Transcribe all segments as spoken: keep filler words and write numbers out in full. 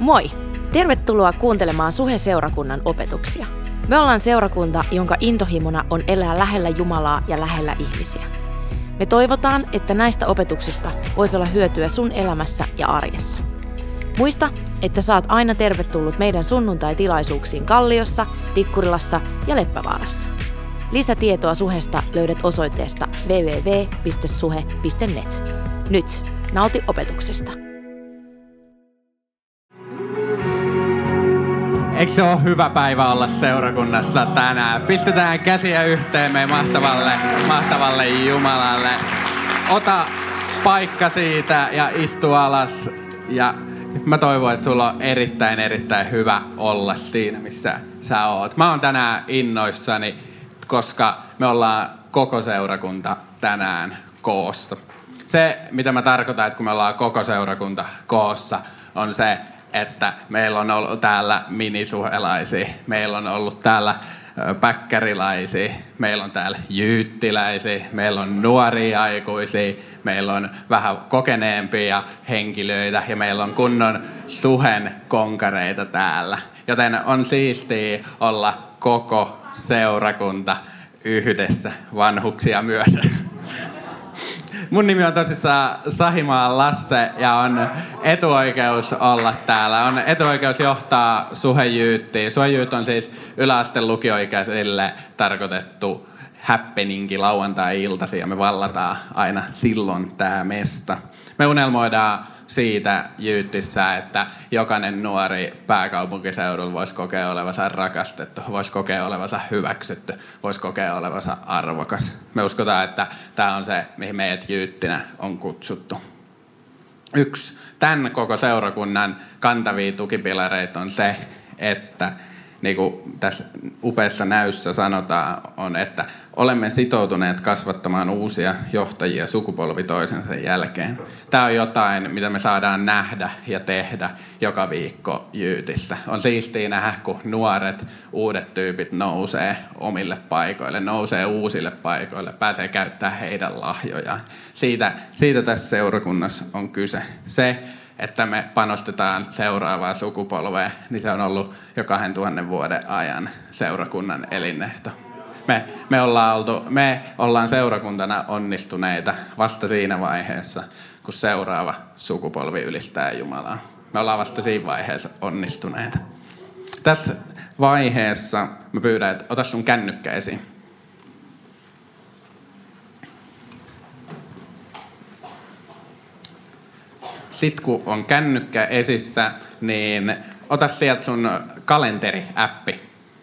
Moi! Tervetuloa kuuntelemaan Suhe-seurakunnan opetuksia. Me ollaan seurakunta, jonka intohimona on elää lähellä Jumalaa ja lähellä ihmisiä. Me toivotaan, että näistä opetuksista voisi olla hyötyä sun elämässä ja arjessa. Muista, että saat aina tervetullut meidän sunnuntai-tilaisuuksiin Kalliossa, Tikkurilassa ja Leppävaarassa. Lisätietoa Suhesta löydät osoitteesta double-u double-u double-u piste suhe piste net. Nyt, nauti opetuksesta. Eikö se ole hyvä päivä olla seurakunnassa tänään? Pistetään käsiä yhteen meidän mahtavalle, mahtavalle Jumalalle. Ota paikka siitä ja istu alas. Ja mä toivon, että sulla on erittäin, erittäin hyvä olla siinä, missä sä oot. Mä oon tänään innoissani, koska me ollaan koko seurakunta tänään koossa. Se, mitä mä tarkoitan, että kun me ollaan koko seurakunta koossa, on se, että meillä on ollut täällä minisuhelaisia, meillä on ollut täällä päkkärilaisia, meillä on täällä jyyttiläisiä, meillä on nuoria aikuisia, meillä on vähän kokeneempia henkilöitä ja meillä on kunnon suhen konkareita täällä. Joten on siistiä olla koko seurakunta yhdessä vanhuksia myöten. Mun nimi on tosissaan Sahimaan Lasse ja on etuoikeus olla täällä. On etuoikeus johtaa Suhejyyttiin. Suhejyyt on siis yläasteen lukioikäisille tarkoitettu happeningi lauantai-iltasi ja me vallataan aina silloin tää mesta. Me unelmoidaan siitä Jyyttissä, että jokainen nuori pääkaupunkiseudulla voisi kokea olevansa rakastettu, voisi kokea olevansa hyväksytty, voisi kokea olevansa arvokas. Me uskotaan, että tämä on se, mihin meidät Jyyttinä on kutsuttu. Yksi tämän koko seurakunnan kantavia tukipilareita on se, että niin kuin tässä upeassa näyssä sanotaan, on, että olemme sitoutuneet kasvattamaan uusia johtajia sukupolvi toisensa jälkeen. Tämä on jotain, mitä me saadaan nähdä ja tehdä joka viikko Jyytissä. On siistiä nähdä, kun nuoret, uudet tyypit nousee omille paikoille, nousee uusille paikoille, pääsee käyttämään heidän lahjojaan. Siitä, siitä tässä seurakunnassa on kyse. Se, että me panostetaan seuraavaan sukupolveen, niin se on ollut jo kahdentuhannen vuoden ajan seurakunnan elinehto. Me, me, ollaan oltu, me ollaan seurakuntana onnistuneita vasta siinä vaiheessa, kun seuraava sukupolvi ylistää Jumalaa. Me ollaan vasta siinä vaiheessa onnistuneita. Tässä vaiheessa mä pyydän, että ota sun kännykkä esiin. Sitten kun on kännykkä esissä, niin ota sieltä sun kalenteri-appi.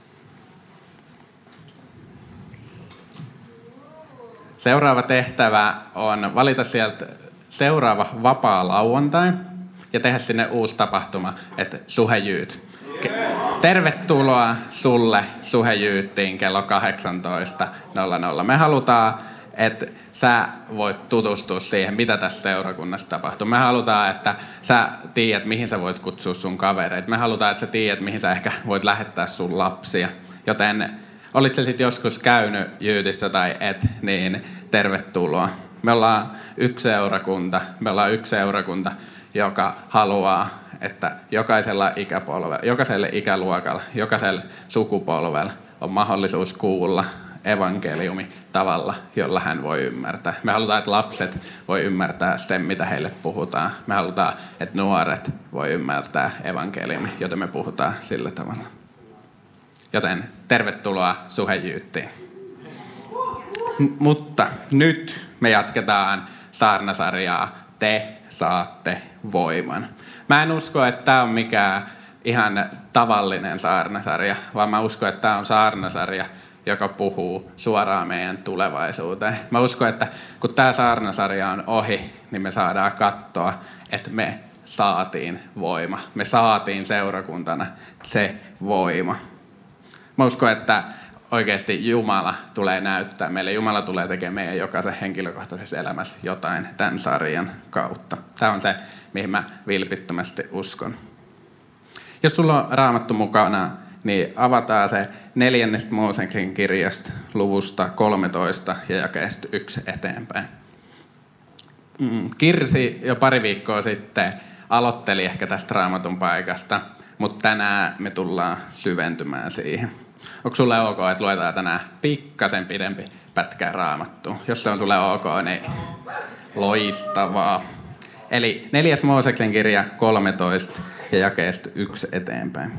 Seuraava tehtävä on valita sieltä seuraava vapaa lauantai ja tehdä sinne uusi tapahtuma, että Suhejyyt. Tervetuloa sulle Suhejyyttiin kello kahdeksantoista nolla nolla. Me halutaan, että sä voit tutustua siihen, mitä tässä seurakunnassa tapahtuu. Me halutaan, että sä tiedät, mihin sä voit kutsua sun kavereita. Me halutaan, että sä tiedät, mihin sä ehkä voit lähettää sun lapsia. Joten olit sä sitten joskus käynyt Jyytissä tai et, niin tervetuloa. Me ollaan yksi seurakunta, me ollaan yksi seurakunta, joka haluaa, että jokaisella ikäpolvella, jokaiselle ikäluokalla, jokaiselle sukupolvella on mahdollisuus kuulla evankeliumi tavalla, jolla hän voi ymmärtää. Me halutaan, että lapset voi ymmärtää sen, mitä heille puhutaan. Me halutaan, että nuoret voi ymmärtää evankeliumi, joten me puhutaan sillä tavalla. Joten tervetuloa Suhejyyttiin. M- mutta nyt me jatketaan saarnasarjaa Te saatte voiman. Mä en usko, että tämä on mikään ihan tavallinen saarnasarja, vaan mä uskon, että tämä on saarnasarja, joka puhuu suoraan meidän tulevaisuuteen. Mä uskon, että kun tämä saarnasarja on ohi, niin me saadaan katsoa, että me saatiin voima. Me saatiin seurakuntana se voima. Mä uskon, että oikeasti Jumala tulee näyttää meille. Jumala tulee tekemään meidän jokaisen henkilökohtaisessa elämässä jotain tämän sarjan kautta. Tämä on se, mihin mä vilpittömästi uskon. Jos sulla on Raamattu mukana, niin avataan se neljännestä Mooseksen kirjasta luvusta kolmetoista ja jakeesta yksi eteenpäin. Kirsi jo pari viikkoa sitten aloitteli ehkä tästä Raamatun paikasta, mutta tänään me tullaan syventymään siihen. Onko sulle ok, että luetaan tänään pikkasen pidempi pätkä Raamattua? Jos se on sulle ok, niin loistavaa. Eli neljäs Mooseksen kirja kolmetoista ja jakeesta yksi eteenpäin.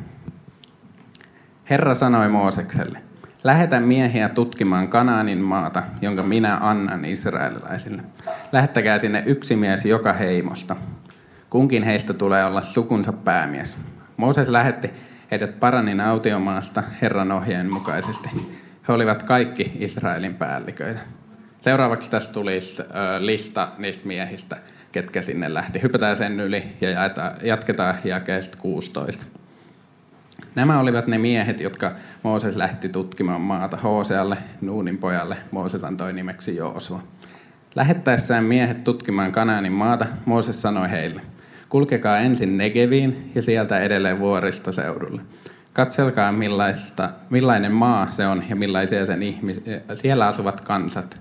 Herra sanoi Moosekselle, lähetä miehiä tutkimaan Kanaanin maata, jonka minä annan israelilaisille. Lähettäkää sinne yksi mies joka heimosta. Kunkin heistä tulee olla sukunsa päämies. Mooses lähetti heidät Paranin autiomaasta Herran ohjeen mukaisesti. He olivat kaikki Israelin päälliköitä. Seuraavaksi tässä tulisi ö, lista niistä miehistä, ketkä sinne lähti. Hypätään sen yli ja jatketaan jakeesta kuusitoista. Nämä olivat ne miehet, jotka Mooses lähti tutkimaan maata Hoosealle, Nuunin pojalle. Mooses antoi nimeksi Joosua. Lähettäessään miehet tutkimaan Kanaanin maata, Mooses sanoi heille, kulkekaa ensin Negeviin ja sieltä edelleen vuoristoseudulle. Katselkaa millaista, millainen maa se on ja millaisia sen ihmis- siellä asuvat kansat.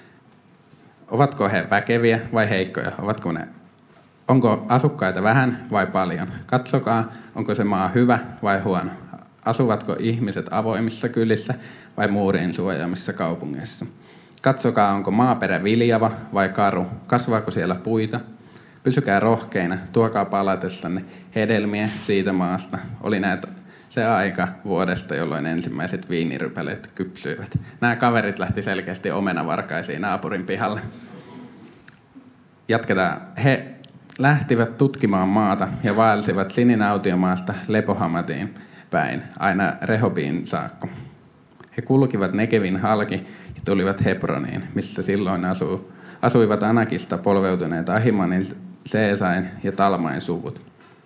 Ovatko he väkeviä vai heikkoja? Ovatko ne, onko asukkaita vähän vai paljon? Katsokaa, onko se maa hyvä vai huono? Asuvatko ihmiset avoimissa kylissä vai muurien suojaamissa kaupungeissa? Katsokaa, onko maaperä viljava vai karu? Kasvaako siellä puita? Pysykää rohkeina, tuokaa palatessanne hedelmiä siitä maasta. Oli näitä se aika vuodesta, jolloin ensimmäiset viinirypäleet kypsyivät. Nämä kaverit lähti selkeästi omenavarkaisiin naapurin pihalle. Jatketaan. He lähtivät tutkimaan maata ja vaelsivat Sininautiomaasta Lepohamatiin päin, aina Rehobiin saakka. He kulkivat Negevin halki ja tulivat Hebroniin, missä silloin asuu, asuivat Anakista polveutuneet Ahimanin, Seesain ja Talmain suvut.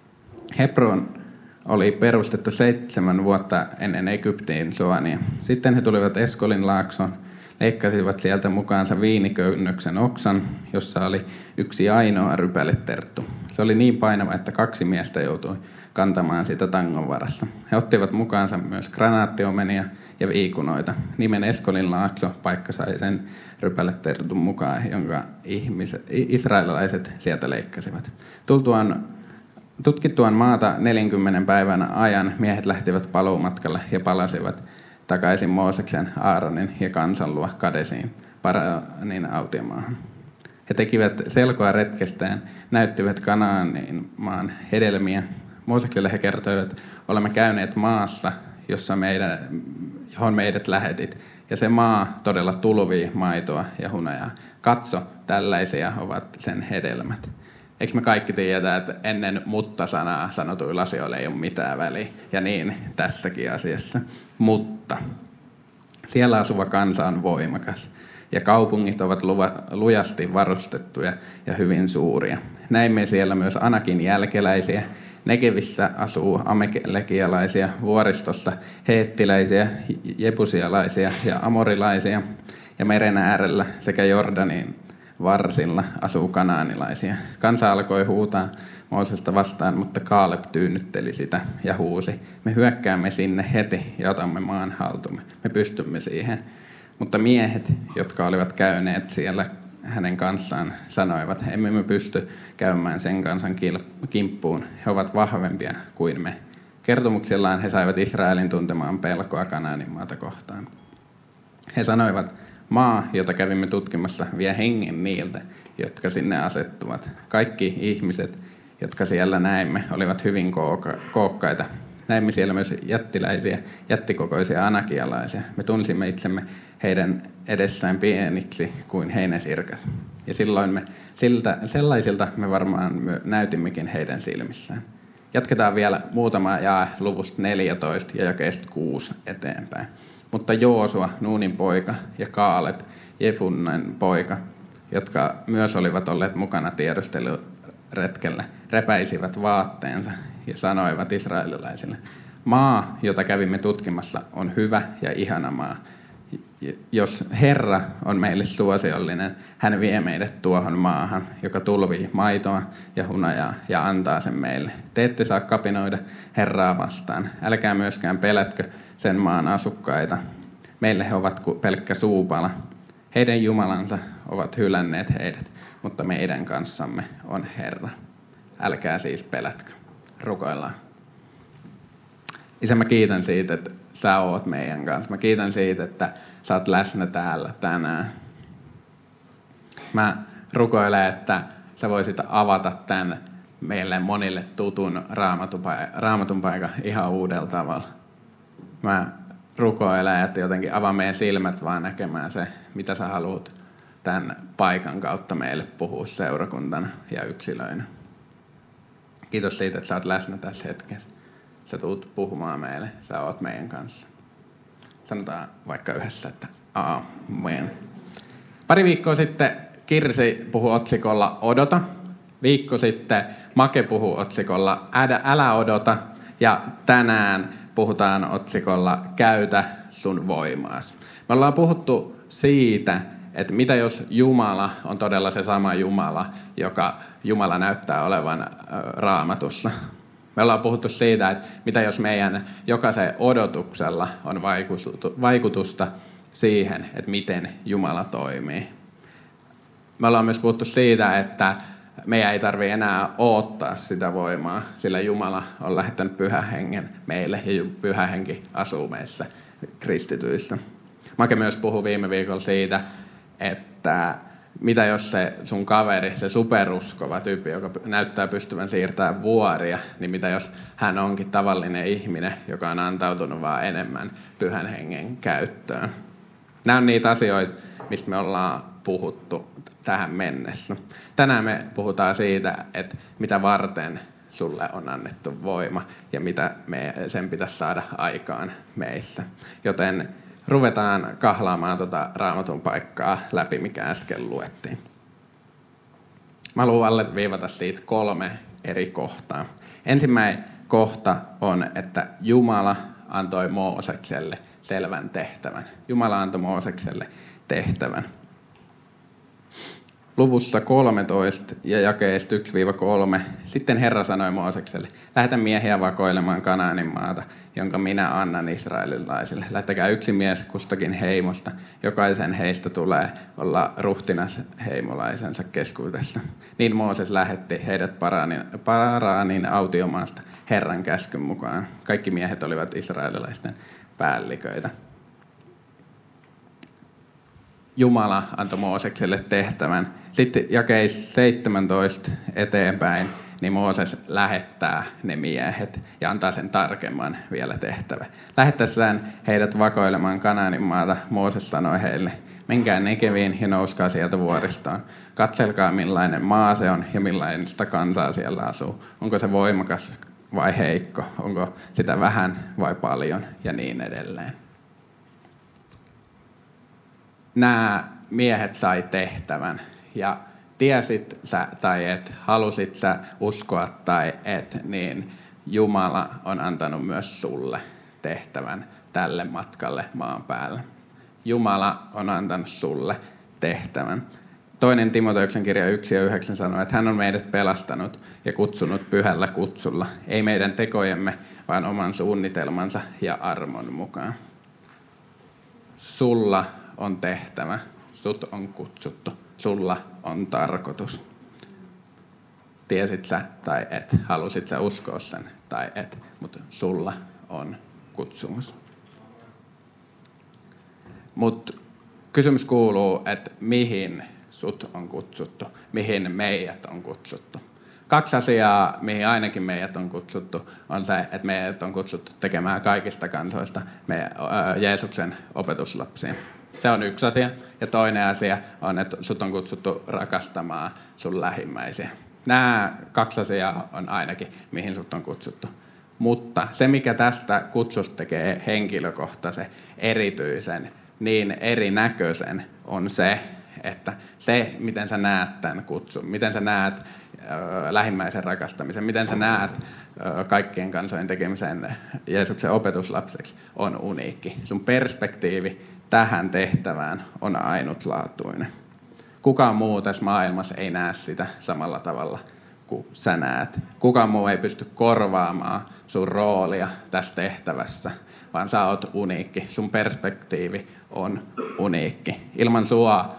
Hebron oli perustettu seitsemän vuotta ennen Egyptin Soania. Sitten he tulivat Eskolin laaksoon, leikkasivat sieltä mukaansa viiniköynnöksen oksan, jossa oli yksi ainoa rypäleterttu. Se oli niin painava, että kaksi miestä joutui kantamaan sitä tangon varassa. He ottivat mukaansa myös granaattiomenia ja viikunoita. Nimen Eskolin laakso paikka sai sen rypäletertun mukaan, jonka ihmiset, israelilaiset sieltä leikkasivat. Tultuaan Tutkittuaan maata neljänkymmenen päivän ajan miehet lähtivät paluumatkalle ja palasivat takaisin Mooseksen, Aaronin ja kansan luo Kadesiin, Paranin autiomaahan. He tekivät selkoa retkestään, näyttivät Kanaanin maan hedelmiä. Moosekselle he kertoivat, olemme käyneet maassa, jossa meidän, johon meidät lähetit, ja se maa todella tulvii maitoa ja hunajaa. Katso, tällaisia ovat sen hedelmät. Eikö me kaikki tiedä, että ennen mutta-sanaa sanotuilla asioilla ei ole mitään väliä. Ja niin tässäkin asiassa. Mutta siellä asuva kansa on voimakas. Ja kaupungit ovat luva, lujasti varustettuja ja hyvin suuria. Näimme siellä myös Anakin jälkeläisiä. Negevissä asuu amalekialaisia, vuoristossa heettiläisiä, jebusialaisia ja amorilaisia. Ja meren äärellä sekä Jordanin varsilla asuu kanaanilaisia. Kansa alkoi huutaa Moosesta vastaan, mutta Kaaleb tyynnytteli sitä ja huusi. Me hyökkäämme sinne heti ja otamme maan haltumme. Me pystymme siihen. Mutta miehet, jotka olivat käyneet siellä hänen kanssaan, sanoivat, emme me pysty käymään sen kansan kimppuun. He ovat vahvempia kuin me. Kertomuksillaan he saivat Israelin tuntemaan pelkoa Kanaanin maata kohtaan. He sanoivat, maa, jota kävimme tutkimassa, vie hengen niiltä, jotka sinne asettuvat. Kaikki ihmiset, jotka siellä näimme, olivat hyvin kooka- kookkaita. Näimme siellä myös jättiläisiä, jättikokoisia anakialaisia. Me tunsimme itsemme heidän edessään pieniksi kuin heinäsirkat. Ja silloin me siltä, sellaisilta me varmaan me näytimmekin heidän silmissään. Jatketaan vielä muutama jae luvusta neljätoista ja jakeesta kuusi eteenpäin. Mutta Joosua, Nuunin poika, ja Kaaleb, Jefunnan poika, jotka myös olivat olleet mukana tiedusteluretkellä, repäisivät vaatteensa ja sanoivat israelilaisille, maa, jota kävimme tutkimassa, on hyvä ja ihana maa. Jos Herra on meille suosiollinen, hän vie meidät tuohon maahan, joka tulvii maitoa ja hunajaa ja antaa sen meille. Te ette saa kapinoida Herraa vastaan. Älkää myöskään pelätkö sen maan asukkaita. Meille he ovat pelkkä suupala. Heidän jumalansa ovat hylänneet heidät, mutta meidän kanssamme on Herra. älkää siis pelätkö. Rukoillaan. Isä, mä kiitän siitä, että sä oot meidän kanssa. Mä kiitän siitä, että sä oot läsnä täällä tänään. Mä rukoilen, että sä voisit avata tämän meille monille tutun raamatun paikan ihan uudella tavalla. Mä rukoilen, että jotenkin avaa meidän silmät vaan näkemään se, mitä sä haluat tämän paikan kautta meille puhua seurakuntana ja yksilöinä. Kiitos siitä, että sä oot läsnä tässä hetkessä. Sä tuut puhumaan meille. Sä oot meidän kanssa. Sanotaan vaikka yhdessä, että aamen. Pari viikkoa sitten Kirsi puhui otsikolla Odota. Viikko sitten Make puhui otsikolla Älä odota. Ja tänään puhutaan otsikolla Käytä sun voimaas. Me ollaan puhuttu siitä, että mitä jos Jumala on todella se sama Jumala, joka Jumala näyttää olevan Raamatussa. Me ollaan puhuttu siitä, että mitä jos meidän jokaisen odotuksella on vaikutusta siihen, että miten Jumala toimii. Me ollaan myös puhuttu siitä, että meidän ei tarvitse enää odottaa sitä voimaa, sillä Jumala on lähettänyt Pyhän Hengen meille ja Pyhä Henki asuu meissä kristityissä. Make myös puhui viime viikolla siitä, että mitä jos se sun kaveri, se superuskova tyyppi, joka näyttää pystyvän siirtämään vuoria, niin mitä jos hän onkin tavallinen ihminen, joka on antautunut vaan enemmän Pyhän Hengen käyttöön. Nämä on niitä asioita, mistä me ollaan puhuttu tähän mennessä. Tänään me puhutaan siitä, että mitä varten sulle on annettu voima ja mitä me sen pitäisi saada aikaan meissä. Joten ruvetaan kahlaamaan tuota Raamatun paikkaa läpi, mikä äsken luettiin. Mä haluan alleviivata siitä kolme eri kohtaa. Ensimmäinen kohta on, että Jumala antoi Moosekselle selvän tehtävän. Jumala antoi Moosekselle tehtävän. Luvussa kolmetoista ja jakeesta yksi kolme. Sitten Herra sanoi Moosekselle, lähetä miehiä vakoilemaan Kanaanin maata, jonka minä annan israelilaisille. Lähettäkää yksi mies kustakin heimosta. Jokaisen heistä tulee olla ruhtinas heimolaisensa keskuudessa. Niin Mooses lähetti heidät Paraanin, Paraanin autiomaasta Herran käskyn mukaan. Kaikki miehet olivat israelilaisten päälliköitä. Jumala antoi Moosekselle tehtävän. Sitten jakeis seitsemäntoista eteenpäin, niin Mooses lähettää ne miehet ja antaa sen tarkemman vielä tehtävä. Lähettäessään heidät vakoilemaan Kanaanin maata, Mooses sanoi heille, menkää Negeviin ja nouskaa sieltä vuoristoon. Katselkaa millainen maa se on ja millaista kansaa siellä asuu. Onko se voimakas vai heikko? Onko sitä vähän vai paljon ja niin edelleen. Nämä miehet sai tehtävän ja tiesit sä tai et, halusit sä uskoa tai et, niin Jumala on antanut myös sulle tehtävän tälle matkalle maan päällä. Jumala on antanut sulle tehtävän. Toinen Timoteuksen kirja yksi ja yhdeksän sanoo, että hän on meidät pelastanut ja kutsunut pyhällä kutsulla. Ei meidän tekojemme, vaan oman suunnitelmansa ja armon mukaan. Sulla on tehtävä. Sut on kutsuttu. Sulla on tarkoitus. Tiesit sä tai et, halusit sä uskoa sen tai et, mutta sulla on kutsumus. Mutta kysymys kuuluu, että mihin sut on kutsuttu, mihin meidät on kutsuttu. Kaksi asiaa, mihin ainakin meidät on kutsuttu, on se, että meidät on kutsuttu tekemään kaikista kansoista meidän, ää, Jeesuksen opetuslapsia. Se on yksi asia. Ja toinen asia on, että sut on kutsuttu rakastamaan sun lähimmäisiä. Nämä kaksi asiaa on ainakin, mihin sut on kutsuttu. Mutta se, mikä tästä kutsusta tekee henkilökohtaisen, erityisen, niin erinäköisen, on se, että se, miten sä näet tämän kutsun, miten sä näet ö, lähimmäisen rakastamisen, miten sä näet ö, kaikkien kansojen tekemisen Jeesuksen opetuslapseksi, on uniikki. Sun perspektiivi tähän tehtävään on ainutlaatuinen. Kukaan muu tässä maailmassa ei näe sitä samalla tavalla kuin sä näet. Kukaan muu ei pysty korvaamaan sun roolia tässä tehtävässä, vaan sä oot uniikki. Sun perspektiivi on uniikki. Ilman sua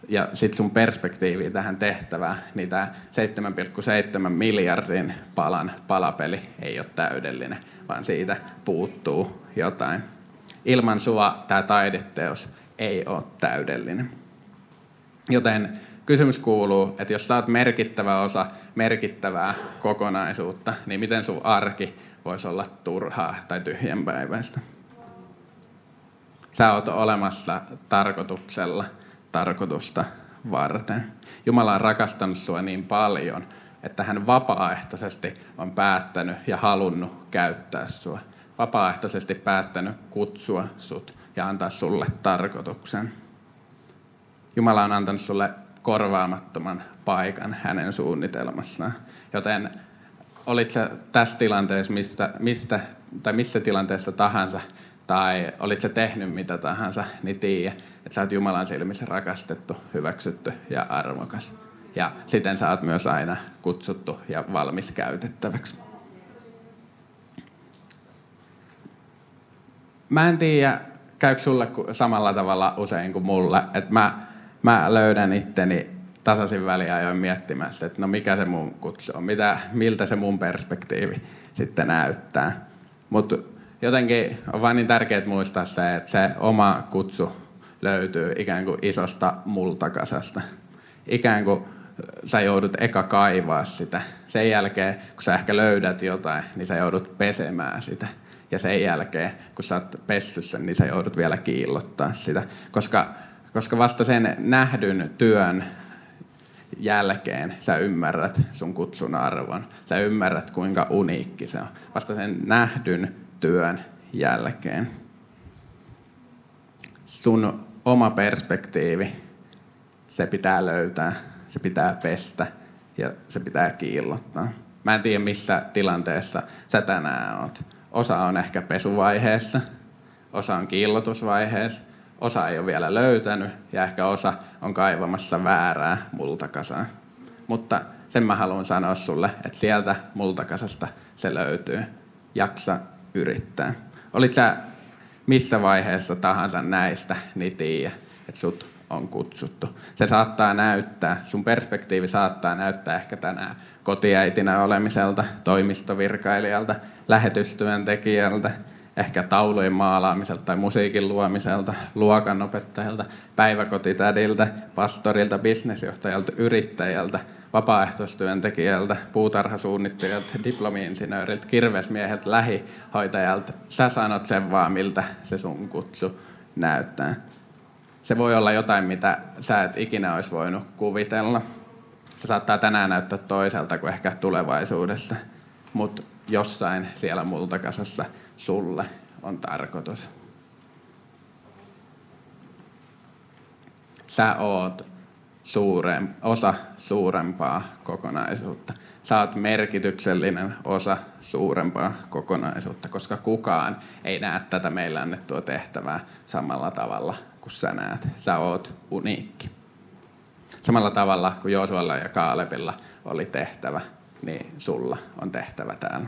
ja sit sun perspektiivi tähän tehtävään, niin tää seitsemän pilkku seitsemän miljardin palan palapeli ei ole täydellinen, vaan siitä puuttuu jotain. Ilman sua tää taideteos ei ole täydellinen. Joten kysymys kuuluu, että jos sä oot merkittävä osa merkittävää kokonaisuutta, niin miten sun arki voisi olla turhaa tai tyhjänpäiväistä? Sä oot olemassa tarkoituksella, tarkoitusta varten. Jumala on rakastanut sua niin paljon, että hän vapaaehtoisesti on päättänyt ja halunnut käyttää sua. Vapaaehtoisesti päättänyt kutsua sut ja antaa sulle tarkoituksen. Jumala on antanut sulle korvaamattoman paikan hänen suunnitelmassaan. Joten olit sä tässä tilanteessa mistä, mistä, tai missä tilanteessa tahansa, tai olit sä tehnyt mitä tahansa, niin tiedä, että sä oot Jumalan silmissä rakastettu, hyväksytty ja arvokas. Ja siten sä oot myös aina kutsuttu ja valmis käytettäväksi. Mä en tiedä, käykö sulle samalla tavalla usein kuin mulle, että mä, mä löydän itteni tasaisin väliajoin miettimässä, että no mikä se mun kutsu on, mitä, miltä se mun perspektiivi sitten näyttää. Mutta jotenkin on vaan niin tärkeää muistaa se, että se oma kutsu löytyy ikään kuin isosta multakasasta. Ikään kuin sä joudut eka kaivaa sitä. Sen jälkeen, kun sä ehkä löydät jotain, niin sä joudut pesemään sitä. Ja sen jälkeen, kun sä oot pessyt sen, niin sä joudut vielä kiillottaa sitä. Koska, koska vasta sen nähdyn työn jälkeen sä ymmärrät sun kutsun arvon. Sä ymmärrät, kuinka uniikki se on. Vasta sen nähdyn työn jälkeen. Sun oma perspektiivi, se pitää löytää, se pitää pestä ja se pitää kiillottaa. Mä en tiedä, missä tilanteessa sä tänään oot. Osa on ehkä pesuvaiheessa, osa on kiillotusvaiheessa, osa ei ole vielä löytänyt ja ehkä osa on kaivamassa väärää multakasaa. Mutta sen mä haluan sanoa sulle, että sieltä multakasasta se löytyy. Jaksa yrittää. Olit sä missä vaiheessa tahansa näistä, niin tiedä, että sut on kutsuttu. Se saattaa näyttää, sun perspektiivi saattaa näyttää ehkä tänään kotiäitinä olemiselta, toimistovirkailijalta, lähetystyöntekijältä, ehkä taulujen maalaamiselta tai musiikin luomiselta, luokanopettajalta, päiväkotitädiltä, pastorilta, bisnesjohtajalta, yrittäjältä, vapaaehtoistyöntekijältä, puutarhasuunnittelijalta, diplomi-insinööriltä, kirvesmieheltä, lähihoitajalta. Sä sanot sen vaan, miltä se sun kutsu näyttää. Se voi olla jotain, mitä sä et ikinä olisi voinut kuvitella. Se saattaa tänään näyttää toiselta kuin ehkä tulevaisuudessa, mutta jossain siellä multakasassa sulle on tarkoitus. Sä oot suurem, osa suurempaa kokonaisuutta. Sä oot merkityksellinen osa suurempaa kokonaisuutta, koska kukaan ei näe tätä meillä annettua tehtävää samalla tavalla kuin sä näet. Sä oot uniikki. Samalla tavalla kuin Joosualla ja Kaalebilla oli tehtävä, niin sulla on tehtävä täällä.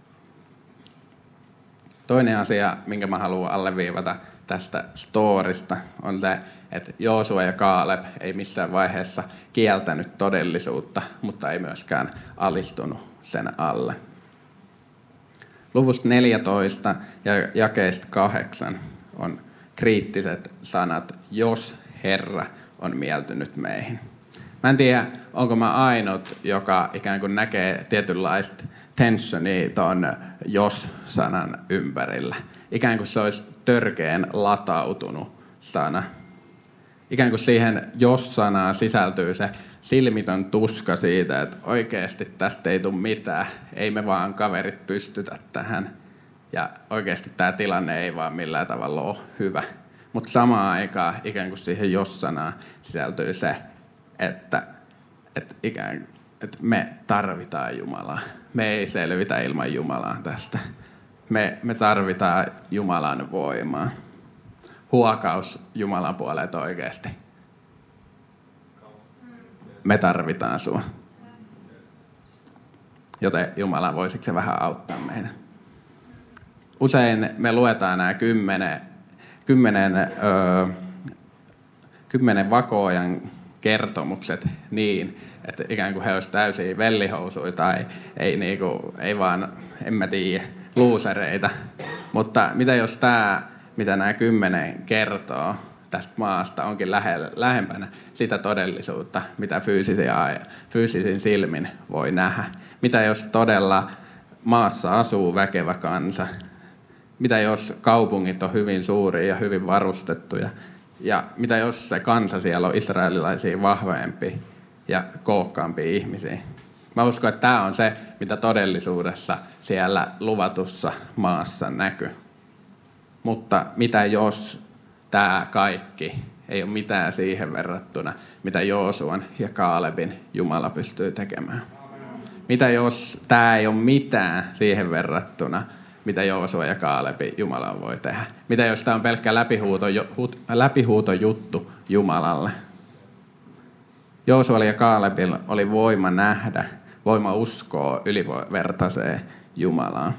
Toinen asia, minkä mä haluan alleviivata tästä storista, on se, että Joosua ja Kaaleb ei missään vaiheessa kieltänyt todellisuutta, mutta ei myöskään alistunut sen alle. Luvusta neljätoista ja jakeesta kahdeksan on kriittiset sanat, jos Herra on mieltynyt meihin. Mä en tiedä, onko mä ainut, joka ikään kuin näkee tietynlaista tensionia ton jos-sanan ympärillä. Ikään kuin se olisi törkeän latautunut sana. Ikään kuin siihen jos-sanaan sisältyy se silmitön tuska siitä, että oikeasti tästä ei tule mitään. Ei me vaan kaverit pystytä tähän. Ja oikeasti tämä tilanne ei vaan millään tavalla ole hyvä. Mutta samaan aikaan ikään kuin siihen jos-sanaan sisältyy se, että, että, ikään, että me tarvitaan Jumalaa. Me ei selvitä ilman Jumalaa tästä. Me, me tarvitaan Jumalan voimaa. Huokaus Jumalan puolelta oikeasti. Me tarvitaan sua. Joten Jumala, voisiko se vähän auttaa meitä? Usein me luetaan nämä kymmenen, kymmenen, öö, kymmenen vakoojan kertomukset niin, että ikään kuin he olisivat täysiä vellihousuja tai ei, niinku, ei vaan, en mä tiedä, luusereita. Mutta mitä jos tämä, mitä nämä kymmenen kertoo tästä maasta, onkin lähe, lähempänä sitä todellisuutta, mitä fyysisin silmin voi nähdä? Mitä jos todella maassa asuu väkevä kansa? Mitä jos kaupungit on hyvin suuria ja hyvin varustettuja? Ja mitä jos se kansa siellä on israelilaisia vahvempi ja kookkaampia ihmisiä? Mä uskon, että tämä on se, mitä todellisuudessa siellä luvatussa maassa näkyy. Mutta mitä jos tämä kaikki ei ole mitään siihen verrattuna, mitä Joosuan ja Kaalebin Jumala pystyy tekemään? Mitä jos tämä ei ole mitään siihen verrattuna, mitä Joosua ja Kaalebi Jumala voi tehdä? Mitä jos tämä on pelkkä läpihuuto, läpihuuto juttu Jumalalle? Joosualla ja Kaalebilla oli voima nähdä, voima uskoa ylivertaiseen Jumalaan.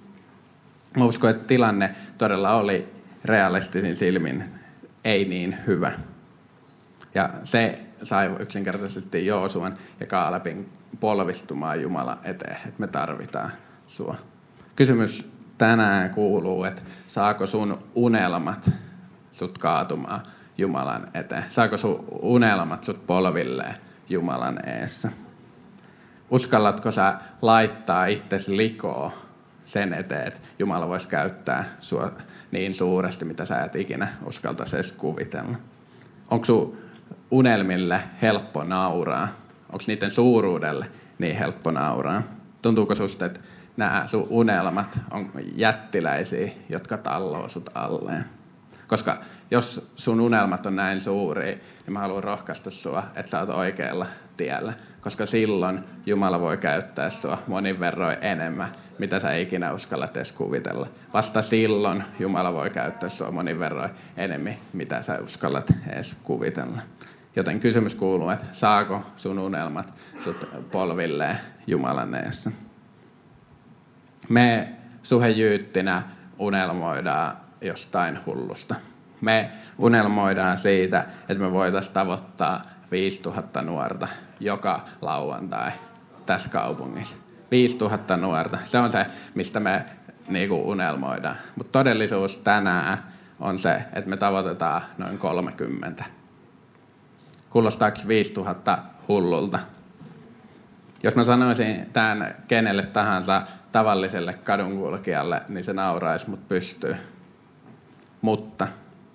Mä uskon, että tilanne todella oli realistisin silmin ei niin hyvä. Ja se sai yksinkertaisesti Joosuan ja Kaalebin polvistumaan Jumala eteen, että me tarvitaan sua. Kysymys tänään kuuluu, että saako sun unelmat sut kaatumaan Jumalan eteen? Saako sun unelmat sut polvilleen Jumalan eessä? Uskallatko sä laittaa itsesi likoon sen eteen, että Jumala voisi käyttää sua niin suuresti, mitä sä et ikinä uskaltaisi edes kuvitella? Onko sun unelmille helppo nauraa? Onko niiden suuruudelle niin helppo nauraa? Tuntuuko susta, että nämä sun unelmat on jättiläisiä, jotka talloo sut alleen? Koska jos sun unelmat on näin suuria, niin mä haluan rohkaista sua, että sä oot oikealla tiellä. Koska silloin Jumala voi käyttää sua monin verroin enemmän, mitä sä ikinä uskallat edes kuvitella. Vasta silloin Jumala voi käyttää sua monin verroin enemmän, mitä sä uskallat edes kuvitella. Joten kysymys kuuluu, että saako sun unelmat sut polvilleen Jumalan eessä? Me suhejyyttinä unelmoidaan jostain hullusta. Me unelmoidaan siitä, että me voitaisiin tavoittaa viisituhatta nuorta joka lauantai tässä kaupungissa. viisituhatta nuorta. Se on se, mistä me niinku unelmoidaan. Mutta todellisuus tänään on se, että me tavoitetaan noin kolmekymmentä. Kuulostaako viisituhatta hullulta? Jos mä sanoisin tämän kenelle tahansa tavalliselle kadunkulkijalle, niin se nauraisi mut pystyy. Mutta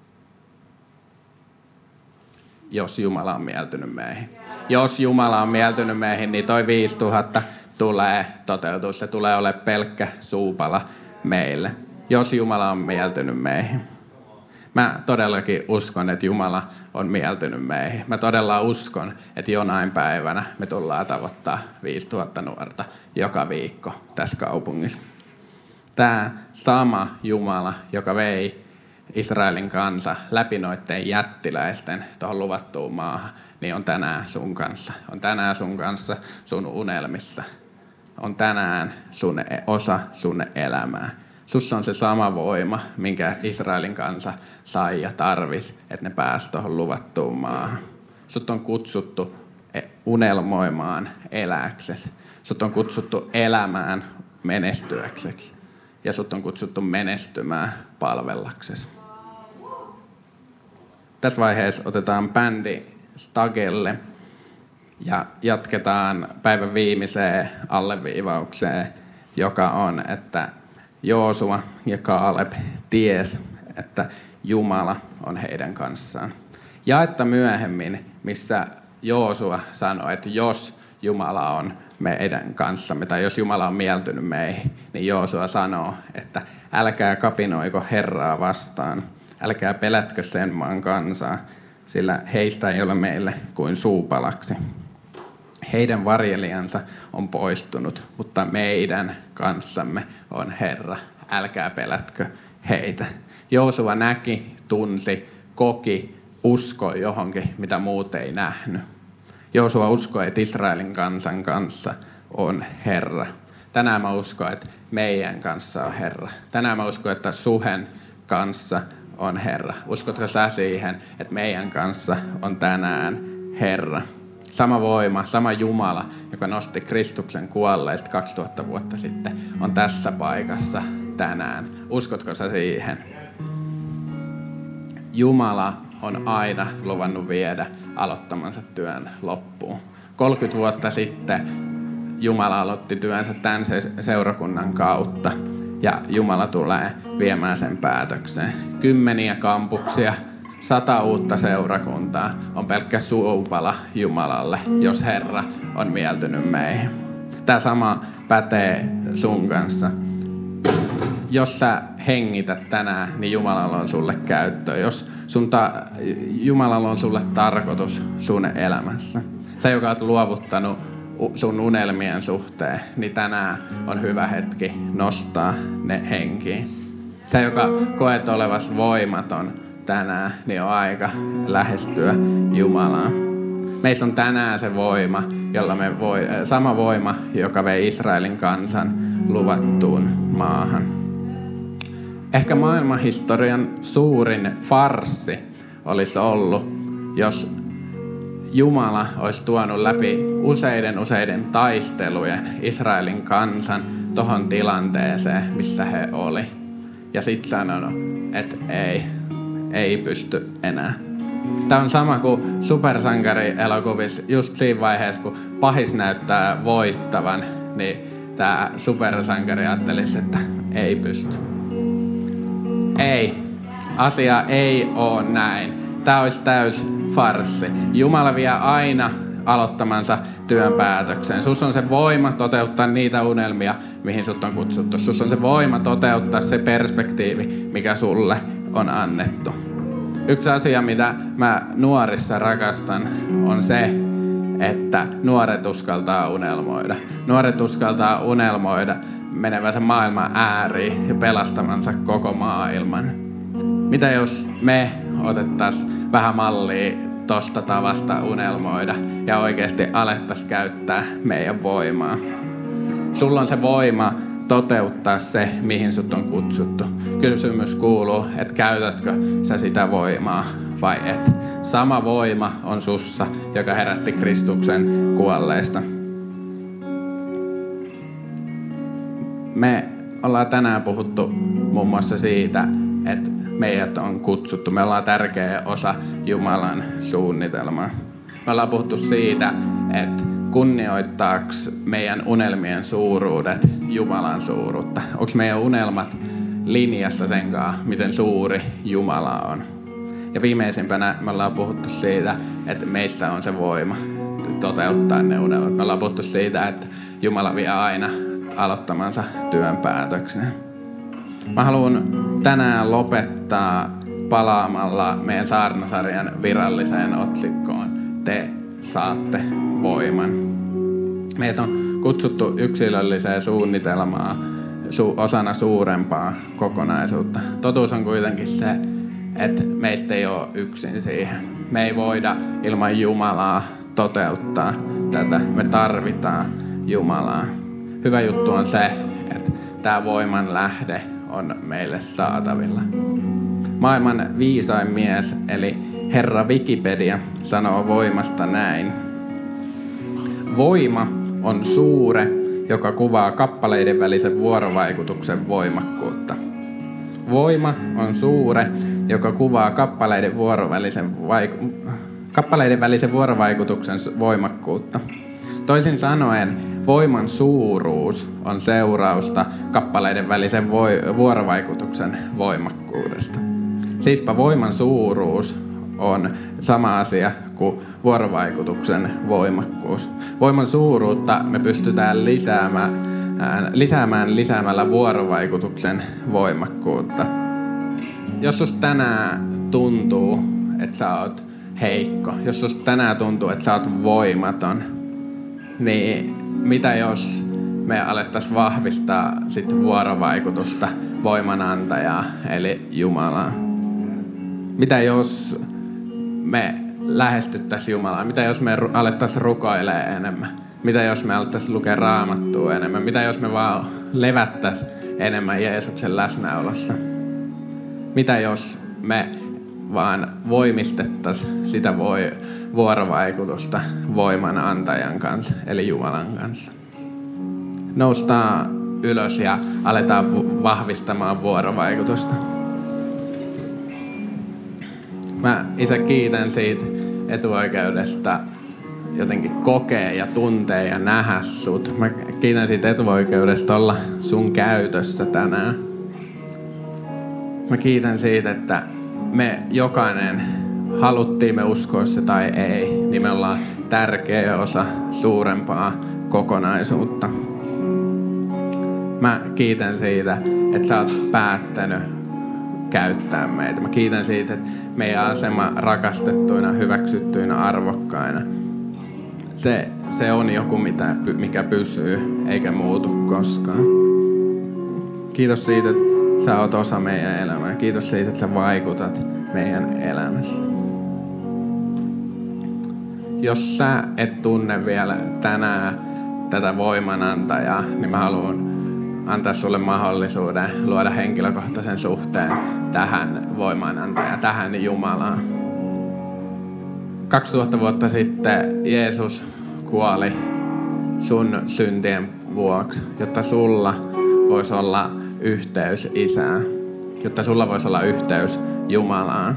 jos Jumala on mieltynyt meihin. Jos Jumala on mieltynyt meihin, niin toi viisituhatta tulee toteutua. Se tulee ole pelkkä suupala meille. Jos Jumala on mieltynyt meihin. Mä todellakin uskon, että Jumala on mieltynyt meihin. Mä todella uskon, että jonain päivänä me tullaan tavoittaa viisituhatta nuorta joka viikko tässä kaupungissa. Tämä sama Jumala, joka vei Israelin kansa läpi noitten jättiläisten tuohon luvattuun maahan, niin on tänään sun kanssa. On tänään sun kanssa sun unelmissa. On tänään sun osa sun elämää. Sussa on se sama voima, minkä Israelin kansa sai ja tarvisi, että ne pääsi tuohon luvattuun maahan. Sut on kutsuttu unelmoimaan eläksesi. Sut on kutsuttu elämään menestyäksesi. Ja sut on kutsuttu menestymään palvellaksesi. Tässä vaiheessa otetaan bändi Stagelle ja jatketaan päivän viimeiseen alleviivaukseen, joka on, että Joosua ja Kaaleb ties, että Jumala on heidän kanssaan. Ja että myöhemmin, missä Joosua sanoi, että jos Jumala on meidän kanssamme, tai jos Jumala on mieltynyt meihin, niin Joosua sanoo, että älkää kapinoiko Herraa vastaan, älkää pelätkö sen maan kansaa, sillä heistä ei ole meille kuin suupalaksi. Heidän varjelijansa on poistunut, mutta meidän kanssamme on Herra. Älkää pelätkö heitä. Joosua näki, tunsi, koki, uskoi johonkin, mitä muut ei nähnyt. Joosua uskoi, että Israelin kansan kanssa on Herra. Tänään mä uskon, että meidän kanssa on Herra. Tänään mä uskon, että Suhen kanssa on Herra. Uskotko sä siihen, että meidän kanssa on tänään Herra. Sama voima, sama Jumala, joka nosti Kristuksen kuolleista kaksituhatta vuotta sitten, on tässä paikassa tänään. Uskotko sä siihen? Jumala on aina luvannut viedä aloittamansa työn loppuun. kolmekymmentä vuotta sitten Jumala aloitti työnsä tämän seurakunnan kautta ja Jumala tulee viemään sen päätökseen. Kymmeniä kampuksia, sata uutta seurakuntaa on pelkkä suupala Jumalalle, jos Herra on mieltynyt meihin. Tämä sama pätee sun kanssa. Jos sä hengität tänään, niin Jumalalla on sulle käyttö. Jos sun ta- Jumalalla on sulle tarkoitus sun elämässä. Sä, joka oot luovuttanut sun unelmien suhteen, niin tänään on hyvä hetki nostaa ne henkiin. Sä, joka koet olevas voimaton tänään, niin on aika lähestyä Jumalaa. Meissä on tänään se voima, jolla me voi, sama voima, joka vei Israelin kansan luvattuun maahan. Ehkä maailmanhistorian suurin farssi olisi ollut, jos Jumala olisi tuonut läpi useiden useiden taistelujen Israelin kansan tohon tilanteeseen, missä he oli. Ja sit sanonut, että ei, ei pysty enää. Tämä on sama kuin supersankarielokuvissa, just siinä vaiheessa, kun pahis näyttää voittavan, niin tämä supersankari ajattelisi, että ei pysty. Ei, asia ei ole näin. Tämä olisi täys farssi. Jumala vie aina aloittamansa työn päätökseen. Sus on se voima toteuttaa niitä unelmia, mihin sut on kutsuttu. Sus on se voima toteuttaa se perspektiivi, mikä sulle on annettu. Yksi asia, mitä mä nuorissa rakastan, on se, että nuoret uskaltaa unelmoida. Nuoret uskaltaa unelmoida menevänsä maailman ääriin ja pelastamansa koko maailman. Mitä jos me otettaisiin vähän mallia tosta tavasta unelmoida ja oikeasti alettaisiin käyttää meidän voimaa? Sulla on se voima toteuttaa se, mihin sut on kutsuttu. Kysymys kuuluu, että käytätkö sä sitä voimaa vai et. Sama voima on sussa, joka herätti Kristuksen kuolleista. Me ollaan tänään puhuttu muun muassa siitä, että meidät on kutsuttu. Me ollaan tärkeä osa Jumalan suunnitelmaa. Me ollaan puhuttu siitä, että kunnioittaako meidän unelmien suuruudet Jumalan suuruutta. Onko meidän unelmat linjassa sen kanssa, miten suuri Jumala on. Ja viimeisimpänä me ollaan puhuttu siitä, että meistä on se voima toteuttaa ne unelmat. Me ollaan puhuttu siitä, että Jumala vie aina aloittamansa työn päätöksen. Mä haluan tänään lopettaa palaamalla meidän saarnasarjan viralliseen otsikkoon. Te saatte voiman. Meitä on kutsuttu yksilölliseen suunnitelmaan su- osana suurempaa kokonaisuutta. Totuus on kuitenkin se, että meistä ei ole yksin siihen. Me ei voida ilman Jumalaa toteuttaa tätä. Me tarvitaan Jumalaa. Hyvä juttu on se, että tämä voiman lähde on meille saatavilla. Maailman viisain mies, eli Herra Wikipedia, sanoo voimasta näin. Voima on suure, joka kuvaa kappaleiden välisen vuorovaikutuksen voimakkuutta. Voima on suure, joka kuvaa kappaleiden, vuorovälisen vaiku- kappaleiden välisen vuorovaikutuksen voimakkuutta. Toisin sanoen, voiman suuruus on seurausta kappaleiden välisen voi- vuorovaikutuksen voimakkuudesta. Siispä voiman suuruus on sama asia kuin vuorovaikutuksen voimakkuus. Voiman suuruutta me pystytään lisäämään, lisäämään lisäämällä vuorovaikutuksen voimakkuutta. Jos susta tänään tuntuu, että sä oot heikko, jos susta tänään tuntuu, että sä oot voimaton, niin mitä jos me alettaisiin vahvistaa sit vuorovaikutusta voimanantajaa, eli Jumalaa? Mitä jos me lähestyttäisiin Jumalaa? Mitä jos me alettaisiin rukoilemaan enemmän? Mitä jos me alettaisiin lukea Raamattua enemmän? Mitä jos me vaan levättäisiin enemmän Jeesuksen läsnäolossa? Mitä jos me vaan voimistettaisiin sitä voi, vuorovaikutusta voiman antajan kanssa, eli Jumalan kanssa. Noustaan ylös ja aletaan vahvistamaan vuorovaikutusta. Mä, Isä, kiitän siitä etuoikeudesta jotenkin kokea ja tuntea ja nähdä sut. Mä kiitän siitä etuoikeudesta olla sun käytössä tänään. Mä kiitän siitä, että me jokainen, haluttiin me uskoa se tai ei, niin me ollaan tärkeä osa suurempaa kokonaisuutta. Mä kiitän siitä, että sä oot päättänyt käyttää meitä. Mä kiitän siitä, että meidän asema rakastettuina, hyväksyttyinä, arvokkaina, se, se on joku, mitä, mikä pysyy eikä muutu koskaan. Kiitos siitä, että sä oot osa meidän elämää. Kiitos siitä, että sä vaikutat meidän elämässä. Jos sä et tunne vielä tänään tätä voimanantajaa, niin mä haluan antaa sulle mahdollisuuden luoda henkilökohtaisen suhteen tähän voimanantajaan, tähän Jumalaan. kaksituhatta vuotta sitten Jeesus kuoli sun syntien vuoksi, jotta sulla voisi olla yhteys Isään, jotta sulla voisi olla yhteys Jumalaan.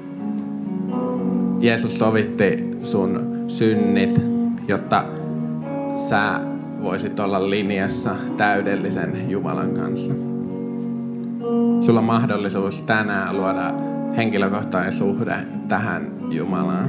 Jeesus sovitti sun synnit, jotta sä voisit olla linjassa täydellisen Jumalan kanssa. Sulla on mahdollisuus tänään luoda henkilökohtainen suhde tähän Jumalaan.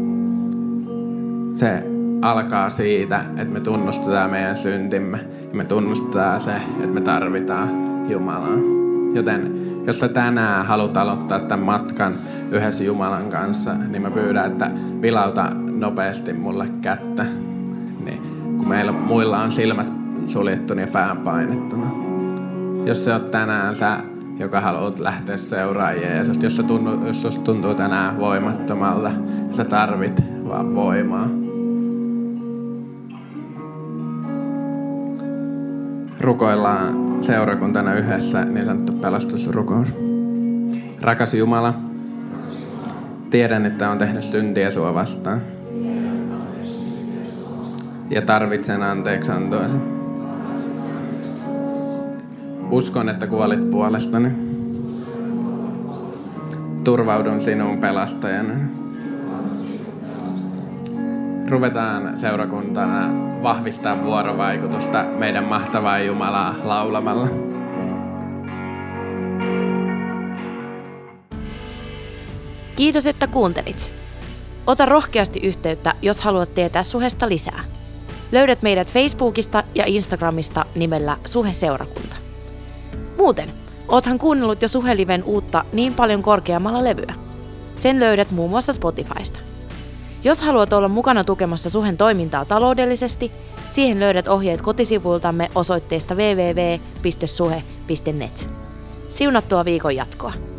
Se alkaa siitä, että me tunnustetaan meidän syntimme ja me tunnustetaan se, että me tarvitaan Jumalaa. Joten jos sä tänään haluat aloittaa tämän matkan yhdessä Jumalan kanssa, niin mä pyydän, että vilauta nopeasti mulle kättä. Niin, kun meillä muilla on silmät suljettuna ja pään painettuna. Jos sä oot tänään sä, joka haluat lähteä seuraamaan Jeesusta, jos, tuntuu, jos susta tuntuu tänään voimattomalta, sä tarvit vaan voimaa. Rukoillaan seurakuntana yhdessä niin sanottu pelastusrukous. Rakas Jumala, tiedän, että on tehnyt syntiä sua vastaan. Ja tarvitsen anteeksiantoasi. Uskon, että kuolit puolestani. Turvaudun sinuun pelastajana. Ruvetaan seurakuntana vahvistaa vuorovaikutusta meidän mahtavaa Jumalaa laulamalla. Kiitos, että kuuntelit. Ota rohkeasti yhteyttä, jos haluat tietää Suhesta lisää. Löydät meidät Facebookista ja Instagramista nimellä Suhe-seurakunta. Muuten, oothan kuunnellut jo Suhe-liven uutta Niin paljon korkeammalla levyä. Sen löydät muun muassa Spotifysta. Jos haluat olla mukana tukemassa Suhen toimintaa taloudellisesti, siihen löydät ohjeet kotisivuiltamme osoitteesta double-u double-u double-u piste suhe piste net. Siunattua viikon jatkoa!